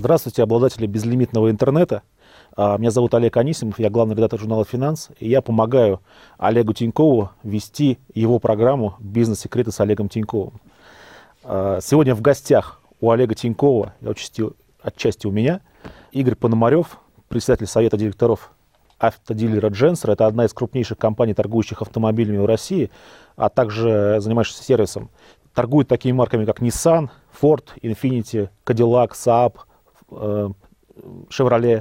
Здравствуйте, обладатели безлимитного интернета. Меня зовут Олег Анисимов, я главный редактор журнала «Финанс», и я помогаю Олегу Тинькову вести его программу «Бизнес-секреты» с Олегом Тиньковым. Сегодня в гостях у Олега Тинькова, отчасти у меня, Игорь Пономарев, председатель совета директоров автодилера «Дженсер». Это одна из крупнейших компаний, торгующих автомобилями в России, а также занимающихся сервисом. Торгует такими марками, как Nissan, Ford, Infiniti, Cadillac, Saab, Chevrolet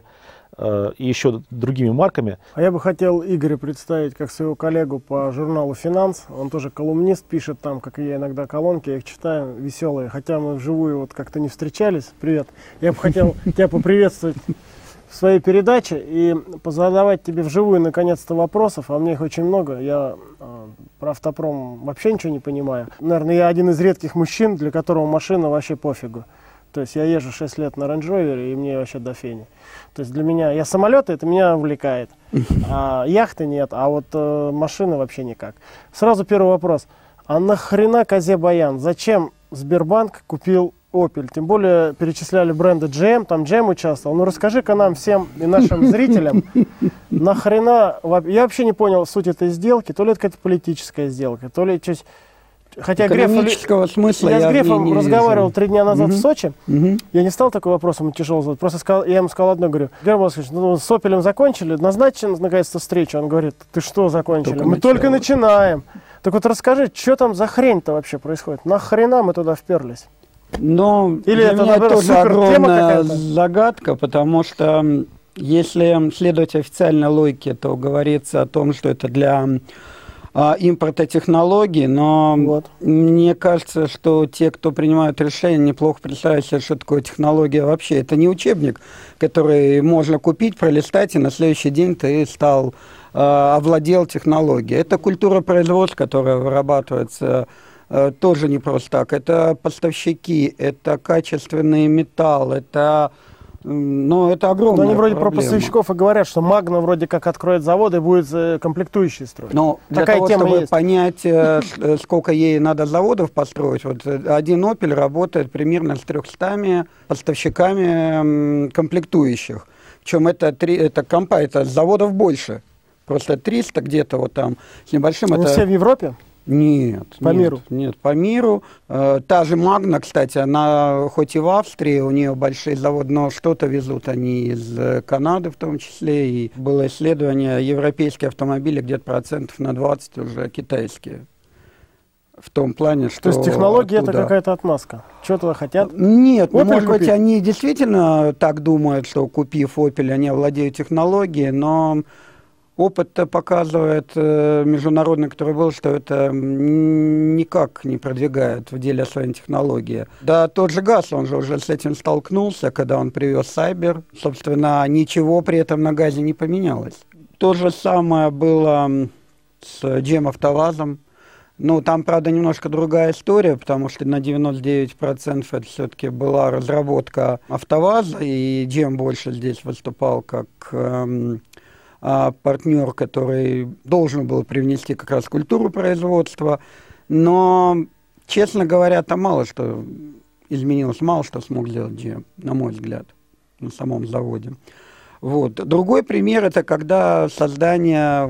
и еще другими марками. А я бы хотел Игоря представить как своего коллегу по журналу «Финанс». Он тоже колумнист, пишет там, как и я, иногда колонки, я их читаю, веселые. Хотя мы вживую вот как-то не встречались. Привет. Я бы хотел тебя поприветствовать в своей передаче и позадавать тебе вживую наконец-то вопросов, а мне их очень много. Я про автопром вообще ничего не понимаю. Наверное, я один из редких мужчин, для которого машина вообще пофигу. То есть я езжу 6 лет на Range Rover, и мне вообще до фени. То есть для меня, самолеты, это меня увлекает, а яхты нет, а вот машины вообще никак. Сразу первый вопрос. А нахрена козе баян? Зачем Сбербанк купил Opel? Тем более перечисляли бренды GM, там GM участвовал. Ну расскажи-ка нам всем и нашим зрителям, нахрена, я вообще не понял суть этой сделки, то ли это какая-то политическая сделка, то ли чуть... Хотя экономического смысла я с Грефом не разговаривал вижу. 3 дня назад в Сочи. Я не стал такой вопрос ему тяжело задать. Просто я ему сказал одно, говорю, Герман Васильевич, ну с Опелем закончили, назначена наконец-то встреча. Он говорит, ты что закончили? Мы только начинаем. Так вот расскажи, что там за хрень-то вообще происходит? Нахрена мы туда вперлись? Ну, или для это, меня наоборот, тоже огромная какая-то загадка, потому что если следовать официальной логике, то говорится о том, что это для импорта технологий, но мне кажется, что те, кто принимают решения, неплохо представляют себе, что такое технология вообще. Это не учебник, который можно купить, пролистать, и на следующий день ты овладел технологией. Это культура производства, которая вырабатывается тоже не просто так. Это поставщики, это качественный металл, это огромная Но они вроде проблема. про поставщиков и говорят, что Магна вроде как откроет завод и будет комплектующие строить. Но для такая того, тема чтобы есть. понять, сколько ей надо заводов построить, вот один Opel работает примерно с 300 поставщиками комплектующих. Причем это заводов больше. Просто 300 где-то вот там с небольшим. Они все в Европе? Нет. Миру? Нет, по миру. Та же Магна, кстати, она хоть и в Австрии, у нее большие заводы, но что-то везут они из Канады в том числе. И было исследование, европейские автомобили где-то процентов на 20 уже китайские. В том плане, что... То есть технология это какая-то отмазка? Что-то хотят? Нет, Opel может быть, купить? они действительно так думают, что купив Opel, они овладеют технологией, но... Опыт показывает международный, который был, что это никак не продвигает в деле своей технологии. Да, тот же ГАЗ, он же уже с этим столкнулся, когда он привез Сайбер. Собственно, ничего при этом на ГАЗе не поменялось. То же самое было с GM АвтоВАЗом. Ну, там, правда, немножко другая история, потому что на 99% это все-таки была разработка АвтоВАЗа, и GM больше здесь выступал как... партнер, который должен был привнести как раз культуру производства, но, честно говоря, там мало что изменилось, мало что смог сделать GM, на мой взгляд, на самом заводе. Вот. Другой пример – это когда создание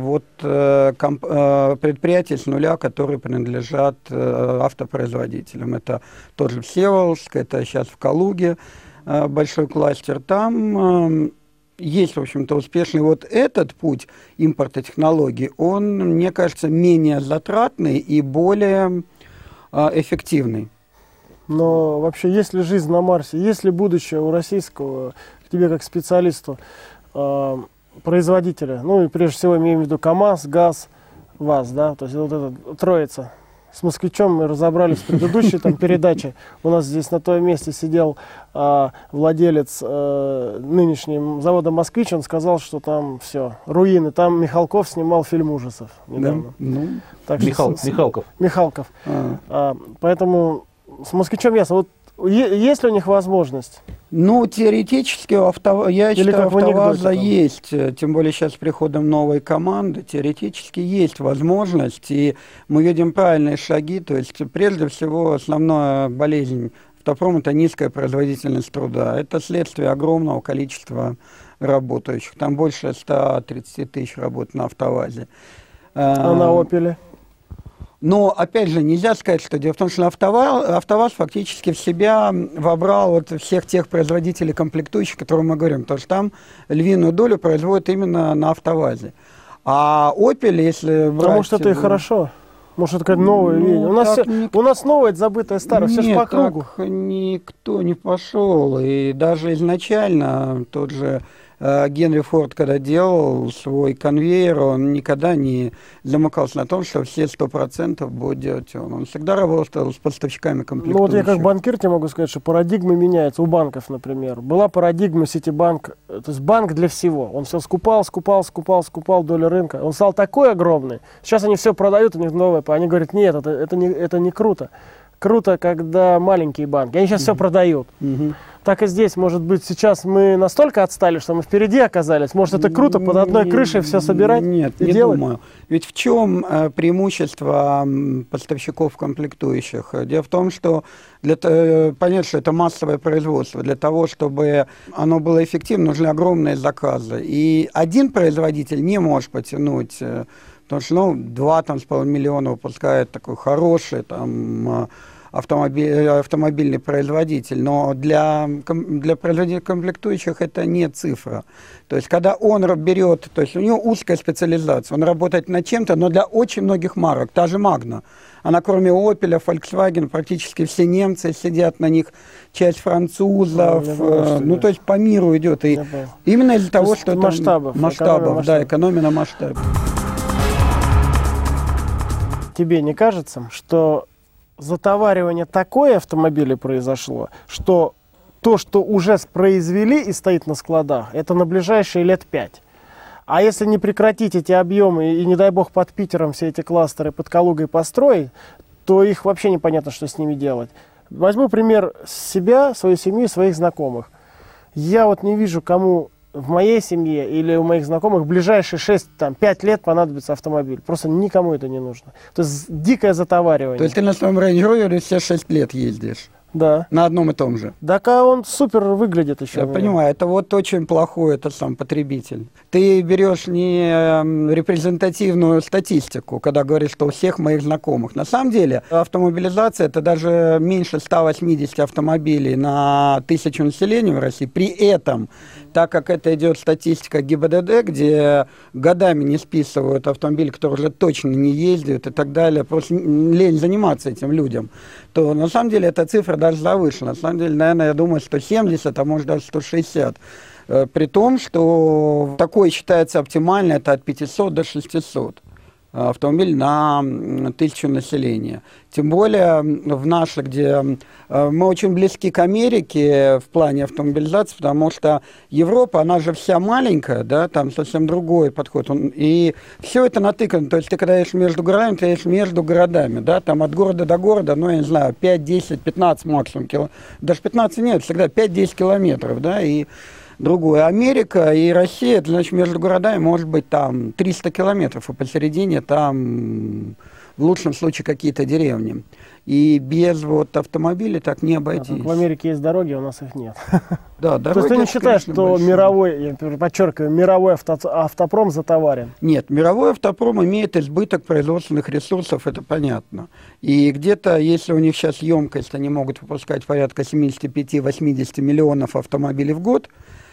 предприятий с нуля, которые принадлежат автопроизводителям. Это тот же Всеволожск, это сейчас в Калуге большой кластер. Там есть, в общем-то, успешный. Вот этот путь импорта технологий, он, мне кажется, менее затратный и более эффективный. Но вообще, есть ли жизнь на Марсе? Есть ли будущее у российского, тебе как специалисту, производителя? Ну, и прежде всего, имею в виду КАМАЗ, ГАЗ, ВАЗ, да? То есть вот эта троица. С «Москвичом» мы разобрались в предыдущей передаче. У нас здесь на том месте сидел владелец нынешнего завода «Москвич». Он сказал, что там все, руины. Там Михалков снимал фильм ужасов недавно. Так Михалков. Михалков. Поэтому с «Москвичом» ясно. Вот есть ли у них возможность? Ну, теоретически я считаю, у АвтоВАЗа есть, тем более сейчас с приходом новой команды, теоретически есть возможность, и мы видим правильные шаги, то есть прежде всего основная болезнь Автопром – это низкая производительность труда. Это следствие огромного количества работающих. Там больше 130 тысяч работ на АвтоВАЗе. А на «Опеле»? Но, опять же, нельзя сказать, что дело в том, что АвтоВАЗ фактически в себя вобрал вот всех тех производителей комплектующих, о которых мы говорим, потому что там львиную долю производят именно на АвтоВАЗе. А «Опель», если брать... А может, это и хорошо? Может, это какая-то новая вещь? У нас новое, это забытое старое, все же по кругу. Так никто не пошел. И даже изначально тот же Генри Форд, когда делал свой конвейер, он никогда не замыкался на том, что все 100% будет делать он. Он всегда работал с поставщиками комплектующих. Ну вот я как банкир тебе могу сказать, что парадигма меняется у банков, например. Была парадигма Ситибанк, то есть банк для всего. Он все скупал долю рынка. Он стал такой огромный. Сейчас они все продают, у них новое. Они говорят, нет, это не круто. Круто, когда маленькие банки. Они сейчас все продают. Так и здесь, может быть, сейчас мы настолько отстали, что мы впереди оказались. Может, это круто под одной крышей все собирать? Нет, и не делать? Думаю. Ведь в чем преимущество поставщиков комплектующих? Дело в том, что понятно, что это массовое производство. Для того, чтобы оно было эффективно, нужны огромные заказы. И один производитель не может потянуть, потому что 2,5 миллиона выпускает такой хороший автомобильный производитель, но для производителей комплектующих это не цифра. То есть, когда он берет, то есть у него узкая специализация, он работает над чем-то, но для очень многих марок, та же Magna, она кроме Opel, Volkswagen, практически все немцы сидят на них, часть французов, то есть по миру идет. И именно из-за того, что масштабов, да, экономия на масштабе. Тебе не кажется, что затоваривание такое автомобилей произошло, что то, что уже произвели и стоит на складах, это на ближайшие лет 5. А если не прекратить эти объемы и, не дай бог, под Питером все эти кластеры под Калугой построить, то их вообще непонятно, что с ними делать. Возьму пример себя, свою семью, своих знакомых. Я вот не вижу, кому в моей семье или у моих знакомых в ближайшие 6-5 лет понадобится автомобиль. Просто никому это не нужно. То есть дикое затоваривание. То есть ты на своем Range Rover все 6 лет ездишь? Да. На одном и том же? Так а он супер выглядит еще. Я понимаю, это вот очень плохой потребитель. Ты берешь не репрезентативную статистику, когда говоришь, что у всех моих знакомых. На самом деле автомобилизация это даже меньше 180 автомобилей на 1000 населения в России. При этом, так как это идет статистика ГИБДД, где годами не списывают автомобили, которые уже точно не ездят и так далее, просто лень заниматься этим людям, то на самом деле эта цифра даже завышена. На самом деле, наверное, я думаю, 170, а может даже 160. При том, что такое считается оптимально, это от 500 до 600 автомобиль на 1000 населения. Тем более в нашей, где мы очень близки к Америке в плане автомобилизации, потому что Европа, она же вся маленькая, да, там совсем другой подход. И все это натыкано. То есть ты когда едешь между городами, ты едешь между городами, да, там от города до города, я не знаю, 5, 10, 15 максимум даже 15 нет, всегда 5-10 километров, да, и другое. Америка и Россия, это значит, между городами может быть там 300 километров, а посередине там в лучшем случае какие-то деревни. И без автомобилей так не обойтись. В Америке есть дороги, у нас их нет. Да, то есть ты не считаешь, что мировой, я подчеркиваю, мировой автопром затоварен? Нет, мировой автопром имеет избыток производственных ресурсов, это понятно. И где-то, если у них сейчас емкость, они могут выпускать порядка 75-80 миллионов автомобилей в год,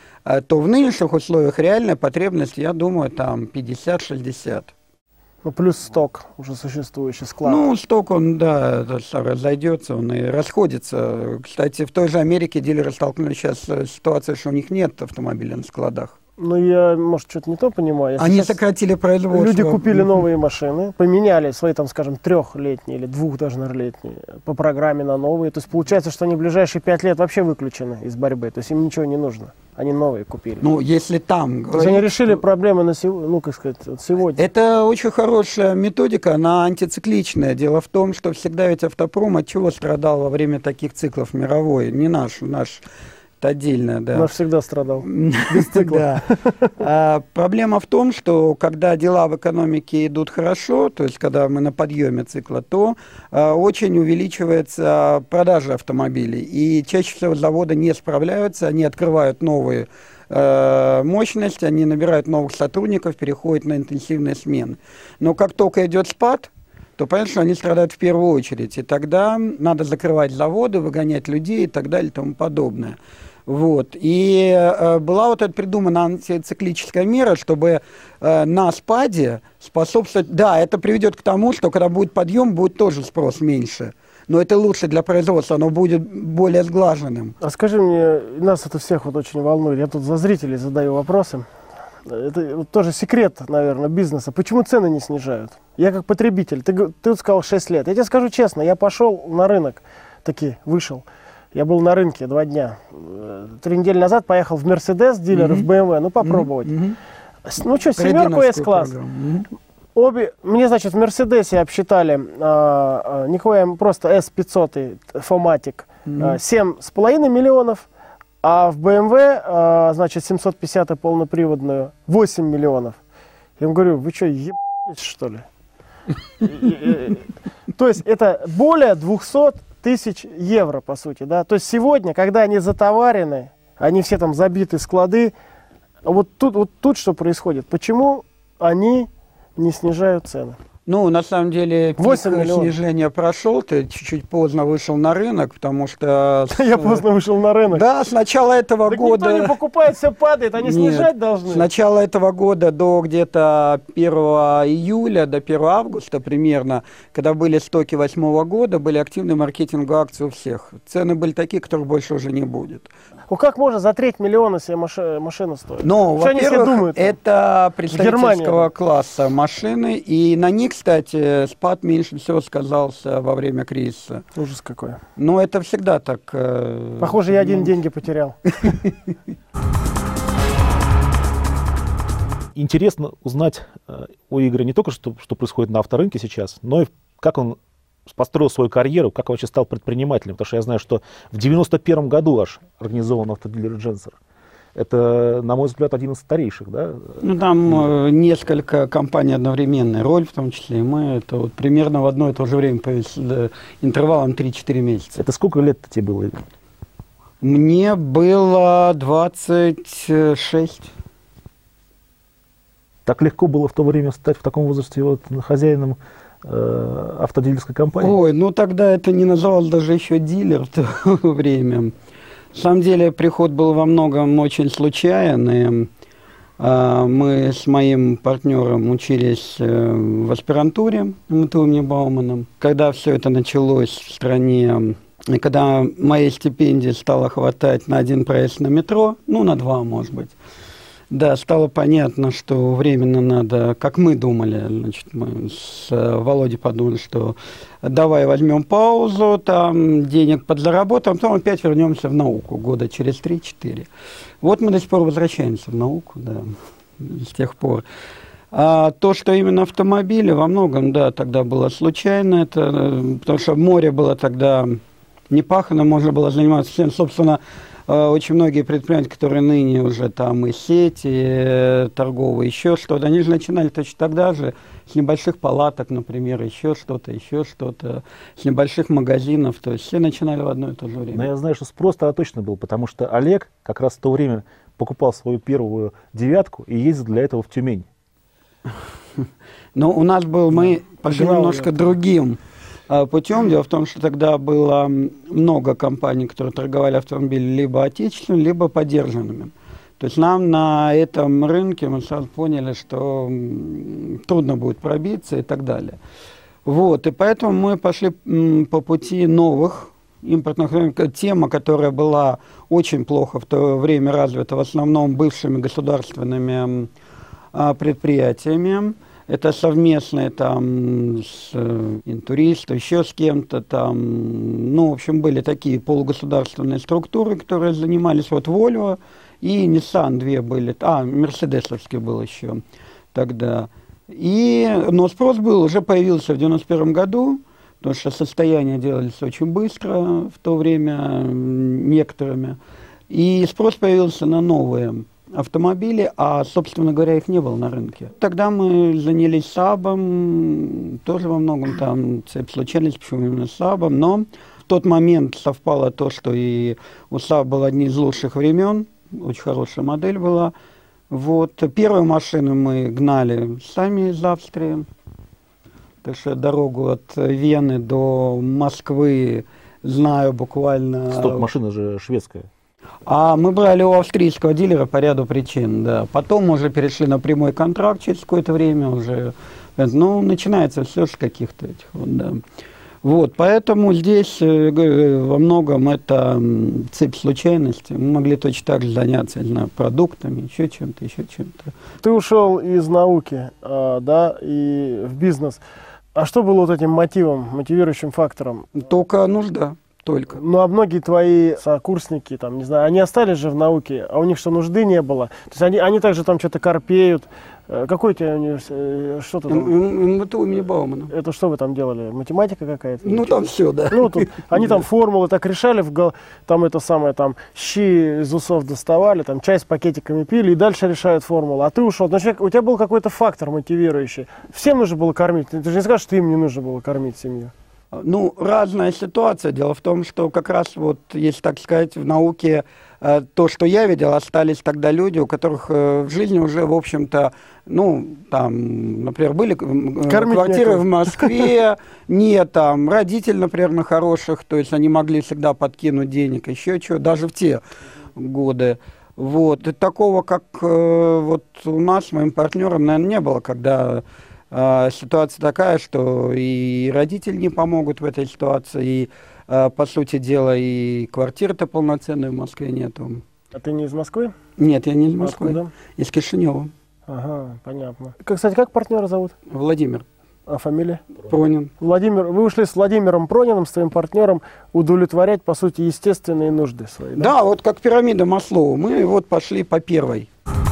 то в нынешних условиях реальная потребность, я думаю, там 50-60. Ну, плюс сток уже существующий, склад. Ну, сток, он, да, разойдется, он и расходится. Кстати, в той же Америке дилеры столкнулись сейчас с ситуацией, что у них нет автомобилей на складах. Ну, я, может, что-то не то понимаю. Они сократили производство. Люди купили новые машины, поменяли свои, там, скажем, 3-летние или 2 даже, наверное, летние по программе на новые. То есть получается, что они в ближайшие 5 лет вообще выключены из борьбы. То есть им ничего не нужно. Они новые купили. Ну, если там... То есть они решили проблемы на сегодня. Это очень хорошая методика, она антицикличная. Дело в том, что всегда ведь автопром от чего страдал во время таких циклов мировой? Не наш это отдельно, да. Наш всегда страдал. Без цикла. Проблема в том, что когда дела в экономике идут хорошо, то есть когда мы на подъеме цикла, то очень увеличивается продажа автомобилей. И чаще всего заводы не справляются, они открывают новые мощности, они набирают новых сотрудников, переходят на интенсивные смены. Но как только идет спад, то понятно, что они страдают в первую очередь. И тогда надо закрывать заводы, выгонять людей и так далее и тому подобное. Вот. И была вот эта придумана антициклическая мера, чтобы на спаде способствовать... Да, это приведет к тому, что когда будет подъем, будет тоже спрос меньше. Но это лучше для производства, оно будет более сглаженным. А скажи мне, нас это всех вот очень волнует, я тут за зрителей задаю вопросы. Это вот тоже секрет, наверное, бизнеса. Почему цены не снижают? Я как потребитель, ты сказал 6 лет. Я тебе скажу честно, я пошел на рынок, таки вышел. Я был на рынке 2 дня. 3 недели назад поехал в Мерседес, дилер в BMW, ну попробовать. Ну что, 7 S-класс. Обе, мне, значит, в Мерседесе обсчитали, просто S500 Fomatic, 7,5 миллионов, а в BMW, значит, 750 полноприводную, 8 миллионов. Я ему говорю, вы что, ебаетесь, что ли? То есть это более 200 тысяч евро, по сути, да? То есть сегодня, когда они затоварены, они все там забиты склады, вот тут что происходит? Почему они не снижают цены? Ну, на самом деле, пик 8 миллионов. снижения прошел, ты чуть-чуть поздно вышел на рынок, потому что... Я поздно вышел на рынок. Да, с начала этого года... Никто не покупает, все падает, они снижать должны. С начала этого года до где-то 1 июля, до 1 августа примерно, когда были стоки 2008 года, были активные маркетинговые акции у всех. Цены были такие, которых больше уже не будет. Ну как можно за 3 миллиона себе машину стоить? Ну, во-первых, это Германия, представительского класса машины, и на них, кстати, спад меньше всего сказался во время кризиса. Ужас какой. Но это всегда так. Похоже, я один деньги потерял. Интересно узнать у Игоря не только, что происходит на авторынке сейчас, но и как он построил свою карьеру, как он вообще стал предпринимателем. Потому что я знаю, что в 91 году аж организован автодилер Дженсер. Это, на мой взгляд, один из старейших, да? Ну, там несколько компаний одновременно, роль в том числе, и мы, это вот примерно в одно и то же время, интервалом 3-4 месяца. Это сколько лет тебе было, Игорь? Мне было 26. Так легко было в то время стать в таком возрасте вот хозяином автодилерской компании? Ой, ну тогда это не называлось даже еще дилер в то время. На самом деле приход был во многом очень случайный. Мы с моим партнером учились в аспирантуре МТУ имени Баумана. Когда все это началось в стране, и когда моей стипендии стало хватать на 1 проезд на метро, ну на 2, может быть, да, стало понятно, что временно надо, как мы думали, значит, мы с Володей подумали, что давай возьмем паузу, там денег подзаработаем, потом опять вернемся в науку года через 3-4. Вот мы до сих пор возвращаемся в науку, да, с тех пор. А то, что именно автомобили, во многом, да, тогда было случайно, это, потому что море было тогда не пахано, можно было заниматься всем, собственно. Очень многие предприятия, которые ныне уже там и сети торговые, еще что-то, они же начинали точно тогда же, с небольших палаток, например, еще что-то, с небольших магазинов, то есть все начинали в одно и то же время. Но я знаю, что спрос тогда точно был, потому что Олег как раз в то время покупал свою первую 9 и ездил для этого в Тюмень. Но у нас был, мы пошли немножко другим путем. Дело в том, что тогда было много компаний, которые торговали автомобилями либо отечественными, либо подержанными. То есть нам на этом рынке мы сразу поняли, что трудно будет пробиться и так далее. Вот, и поэтому мы пошли по пути новых импортных рынков. Тема, которая была очень плохо в то время развита, в основном бывшими государственными предприятиями. Это совместные там с Интуристом, еще с кем-то там, ну, в общем, были такие полугосударственные структуры, которые занимались, вот Volvo и Nissan 2 были, Мерседесовский был еще тогда. Но спрос был, уже появился в 91 году, потому что состояния делались очень быстро в то время некоторыми. И спрос появился на новые автомобили, а, собственно говоря, их не было на рынке. Тогда мы занялись СААБом, тоже во многом там цепь случайность, почему именно СААБом, но в тот момент совпало то, что и у СААБ был одни из лучших времен, очень хорошая модель была. Вот. Первую машину мы гнали сами из Австрии, потому что дорогу от Вены до Москвы знаю буквально... Стоп, машина же шведская. А мы брали у австрийского дилера по ряду причин, да. Потом уже перешли на прямой контракт через какое-то время уже. Ну, начинается все с каких-то этих вот, да. Вот, поэтому здесь во многом это цепь случайностей. Мы могли точно так же заняться, не знаю, продуктами, еще чем-то, еще чем-то. Ты ушел из науки, да, и в бизнес. А что было вот этим мотивом, мотивирующим фактором? Только нужда. Только. Ну, а многие твои сокурсники, там, не знаю, они остались же в науке, а у них что, нужды не было? То есть они также там что-то корпеют. Какой у тебя университет? Что ты там? МГТУ имени Баумана. Это что вы там делали? Математика какая-то? Ну, там все, да. Ну, тут, они там формулы так решали, там это самое, там, щи из усов доставали, там, чай с пакетиками пили и дальше решают формулы. А ты ушел. Значит, у тебя был какой-то фактор мотивирующий. Всем нужно было кормить. Ты же не скажешь, что им не нужно было кормить семью. Ну, разная ситуация. Дело в том, что как раз вот, если так сказать, в науке то, что я видел, остались тогда люди, у которых в жизни уже, в общем-то, ну, там, например, были квартиры в Москве, нет, там, родители, например, на хороших, то есть они могли всегда подкинуть денег, еще чего, даже в те годы. Вот. И такого, как вот у нас с моим партнером, наверное, не было, когда... Ситуация такая, что и родители не помогут в этой ситуации, и, по сути дела, и квартиры-то полноценной в Москве нету. А ты не из Москвы? Нет, я не из Москвы. Откуда? Из Кишинева. Ага, понятно. Кстати, как партнера зовут? Владимир. А фамилия? Пронин. Владимир, вы ушли с Владимиром Прониным, с твоим партнером, удовлетворять, по сути, естественные нужды свои, да? Да, вот как пирамида Маслоу. Мы вот пошли по первой.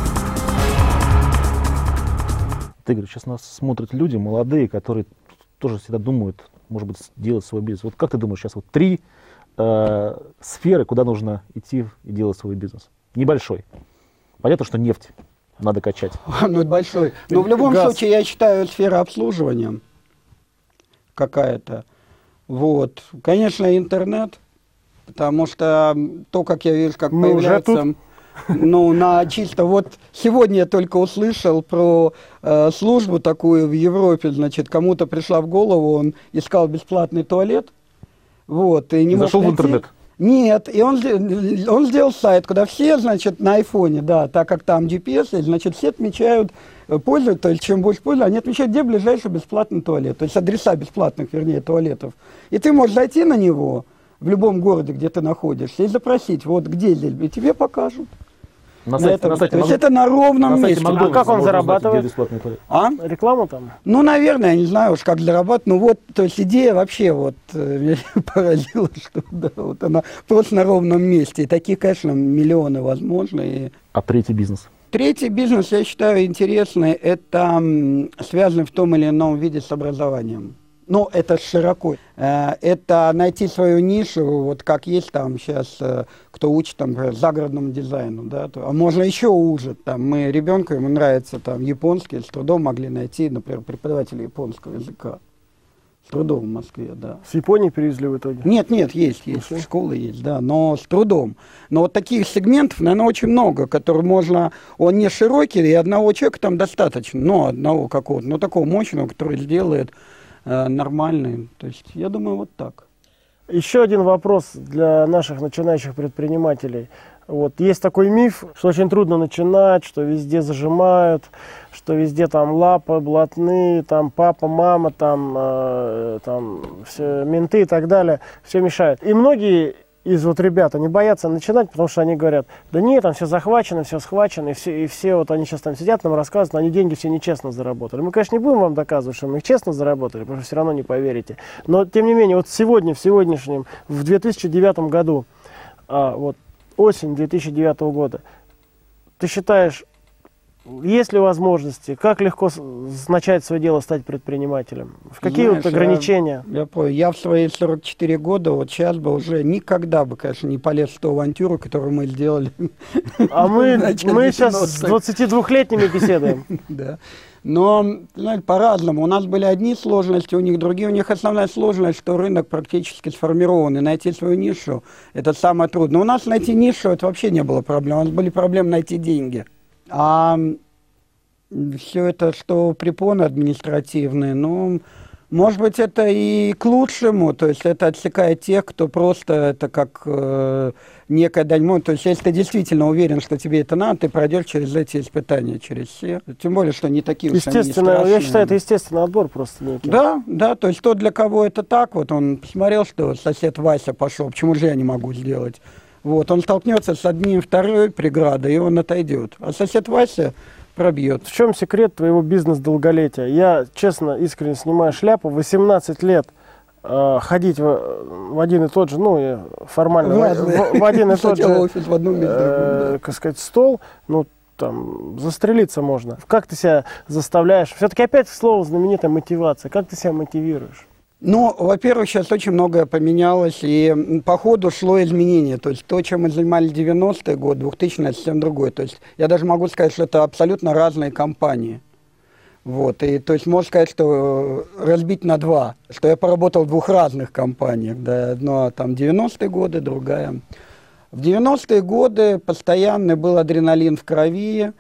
Игорь, сейчас нас смотрят люди молодые, которые тоже всегда думают, может быть, делать свой бизнес. Вот как ты думаешь, сейчас вот 3 сферы, куда нужно идти и делать свой бизнес? Небольшой. Понятно, что нефть надо качать. Ну, это большой. Но в любом случае, я считаю, сфера обслуживания какая-то. Вот. Конечно, интернет, потому что то, как я вижу, как появляется... Ну, на чисто вот сегодня я только услышал про службу такую в Европе, значит, кому-то пришла в голову, он искал бесплатный туалет, вот, и не мог зашел найти. В интернет? Нет, и он сделал сайт, куда все, значит, на айфоне, да, так как там GPS, значит, все отмечают пользователя, то есть чем больше пользователей, они отмечают, где ближайший бесплатный туалет, то есть адреса бесплатных, вернее, туалетов. И ты можешь зайти на него в любом городе, где ты находишься, и запросить, вот где здесь, и тебе покажут. На сайте, то есть это на ровном месте. А как он зарабатывает? Рекламу там? Ну, наверное, я не знаю уж, как зарабатывать. Ну вот, то есть идея вообще вот меня поразила, что да, вот она просто на ровном месте. И таких, конечно, миллионы возможно. И... А третий бизнес? Третий бизнес, я считаю, интересный. Это связано в том или ином виде с образованием. Ну, это широко. Это найти свою нишу, вот как есть там сейчас, кто учит, там, например, загородному дизайну, да, а можно еще уже, там, мы ребенку, ему нравится там японский, с трудом могли найти, например, преподавателя японского языка. С трудом в Москве, да. С Японии перевезли в итоге? Нет, есть, школы есть, да, но с трудом. Но вот таких сегментов, наверное, очень много, которые можно, он не широкий, и одного человека там достаточно, но одного какого-то, но такого мощного, который сделает нормальный. То есть, я думаю, вот так. Еще один вопрос для наших начинающих предпринимателей. Вот, есть такой миф, что очень трудно начинать, что везде зажимают, что везде там лапы, блатные, там папа, мама, там все, менты и так далее, все мешает. И многие из вот ребят, они боятся начинать, потому что они говорят, да нет, там все захвачено, все схвачено, и все вот они сейчас там сидят, нам рассказывают, но они деньги все нечестно заработали. Мы, конечно, не будем вам доказывать, что мы их честно заработали, потому что все равно не поверите. Но, тем не менее, вот сегодня, в сегодняшнем, в 2009 году, вот осень 2009 года, ты считаешь, Есть ли возможности? Как легко начать свое дело, стать предпринимателем? В какие Знаешь, вот ограничения? Я понял. Я в свои 44 года, вот сейчас бы уже никогда бы, конечно, не полез в ту авантюру, которую мы сделали. А мы сейчас с 22-летними беседуем. Да. Но, знаете, по-разному. У нас были одни сложности, у них другие. У них основная сложность, что рынок практически сформирован. И найти свою нишу – это самое трудное. У нас найти нишу – это вообще не было проблем. У нас были проблемы найти деньги. А все это, что препоны административные, ну, может быть, это и к лучшему, то есть это отсекает тех, кто просто это как некая дань. То есть если ты действительно уверен, что тебе это надо, ты пройдешь через эти испытания, через все. Тем более, что не такие уж они Естественно, я считаю, это естественный отбор просто некий. Да, да, то есть то, для кого это так, вот он посмотрел, что сосед Вася пошел, почему же я не могу сделать? Вот, он столкнется с одним, второй преградой, и он отойдет. А сосед Вася пробьет. В чем секрет твоего бизнес-долголетия? Я, честно, искренне снимаю шляпу. 18 лет ходить в один и тот же, ну, формально, в один и тот же, офис в одном месте, как сказать, стол, ну, там, застрелиться можно. Как ты себя заставляешь? Все-таки опять слово знаменитая мотивация. Как ты себя мотивируешь? Ну, во-первых, сейчас очень многое поменялось, и по ходу шло изменение. То есть то, чем мы занимались 90-е годы, 2000-е, совсем другое. То есть я даже могу сказать, что это абсолютно разные компании. Вот, и то есть можно сказать, что разбить на два, что я поработал в двух разных компаниях. Да, одно там 90-е годы, другая. В 90-е годы постоянный был адреналин в крови,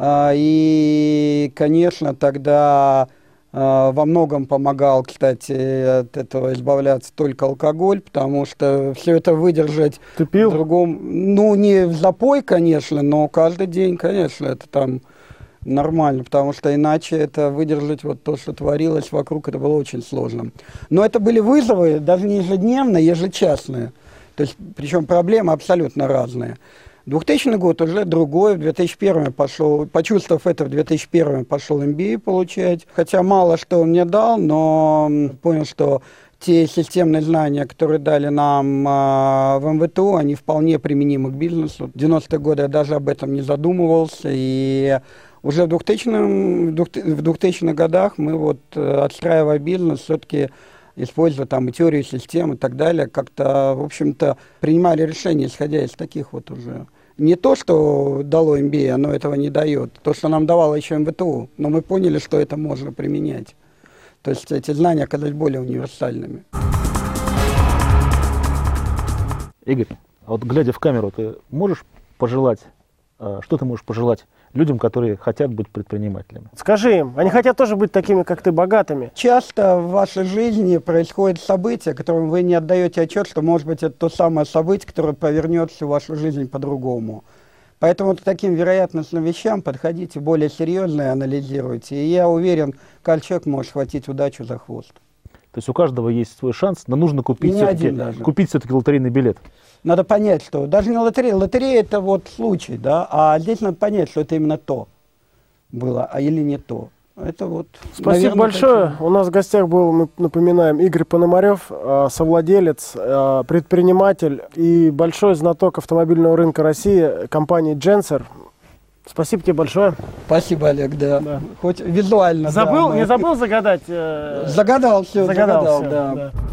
и, конечно, тогда... Во многом помогал, кстати, от этого избавляться только алкоголь, потому что все это выдержать Ты пил? в другом... Ну, не в запой, конечно, но каждый день, конечно, это там нормально, потому что иначе это выдержать вот то, что творилось вокруг, это было очень сложно. Но это были вызовы, даже не ежедневные, ежечасные. То есть, причем проблемы абсолютно разные. 2000 год уже другой, в 2001 пошел, почувствовав это, в 2001 пошел MBA получать. Хотя мало что он мне дал, но понял, что те системные знания, которые дали нам в МВТУ, они вполне применимы к бизнесу. В 90-е годы я даже об этом не задумывался, и уже в 2000-х годах мы вот, отстраивая бизнес, все-таки используя там и теорию систем и так далее, как-то, в общем-то, принимали решения, исходя из таких вот уже. Не то, что дало MBA, оно этого не дает. То, что нам давало еще МВТУ. Но мы поняли, что это можно применять. То есть эти знания оказались более универсальными. Игорь, а вот глядя в камеру, ты можешь пожелать, что ты можешь пожелать людям, которые хотят быть предпринимателями? Скажи им, они хотят тоже быть такими, как ты, богатыми. Часто в вашей жизни происходят события, которым вы не отдаете отчет, что, может быть, это то самое событие, которое повернет всю вашу жизнь по-другому. Поэтому к таким вероятностным вещам подходите более серьезно и анализируйте. И я уверен, каждый человек может схватить удачу за хвост. То есть у каждого есть свой шанс, но нужно купить все-таки лотерейный билет. Надо понять, что даже не лотерея. Лотерея – это вот случай, да, а здесь надо понять, что это именно то было, а или не то. Это вот, Спасибо наверное, большое. такие. У нас в гостях был, мы напоминаем, Игорь Пономарев, совладелец, предприниматель и большой знаток автомобильного рынка России, компании Genser. Спасибо тебе большое. Спасибо, Олег, да. Хоть визуально. Забыл, да, не забыл загадать? Загадал все, Загадал, да. да.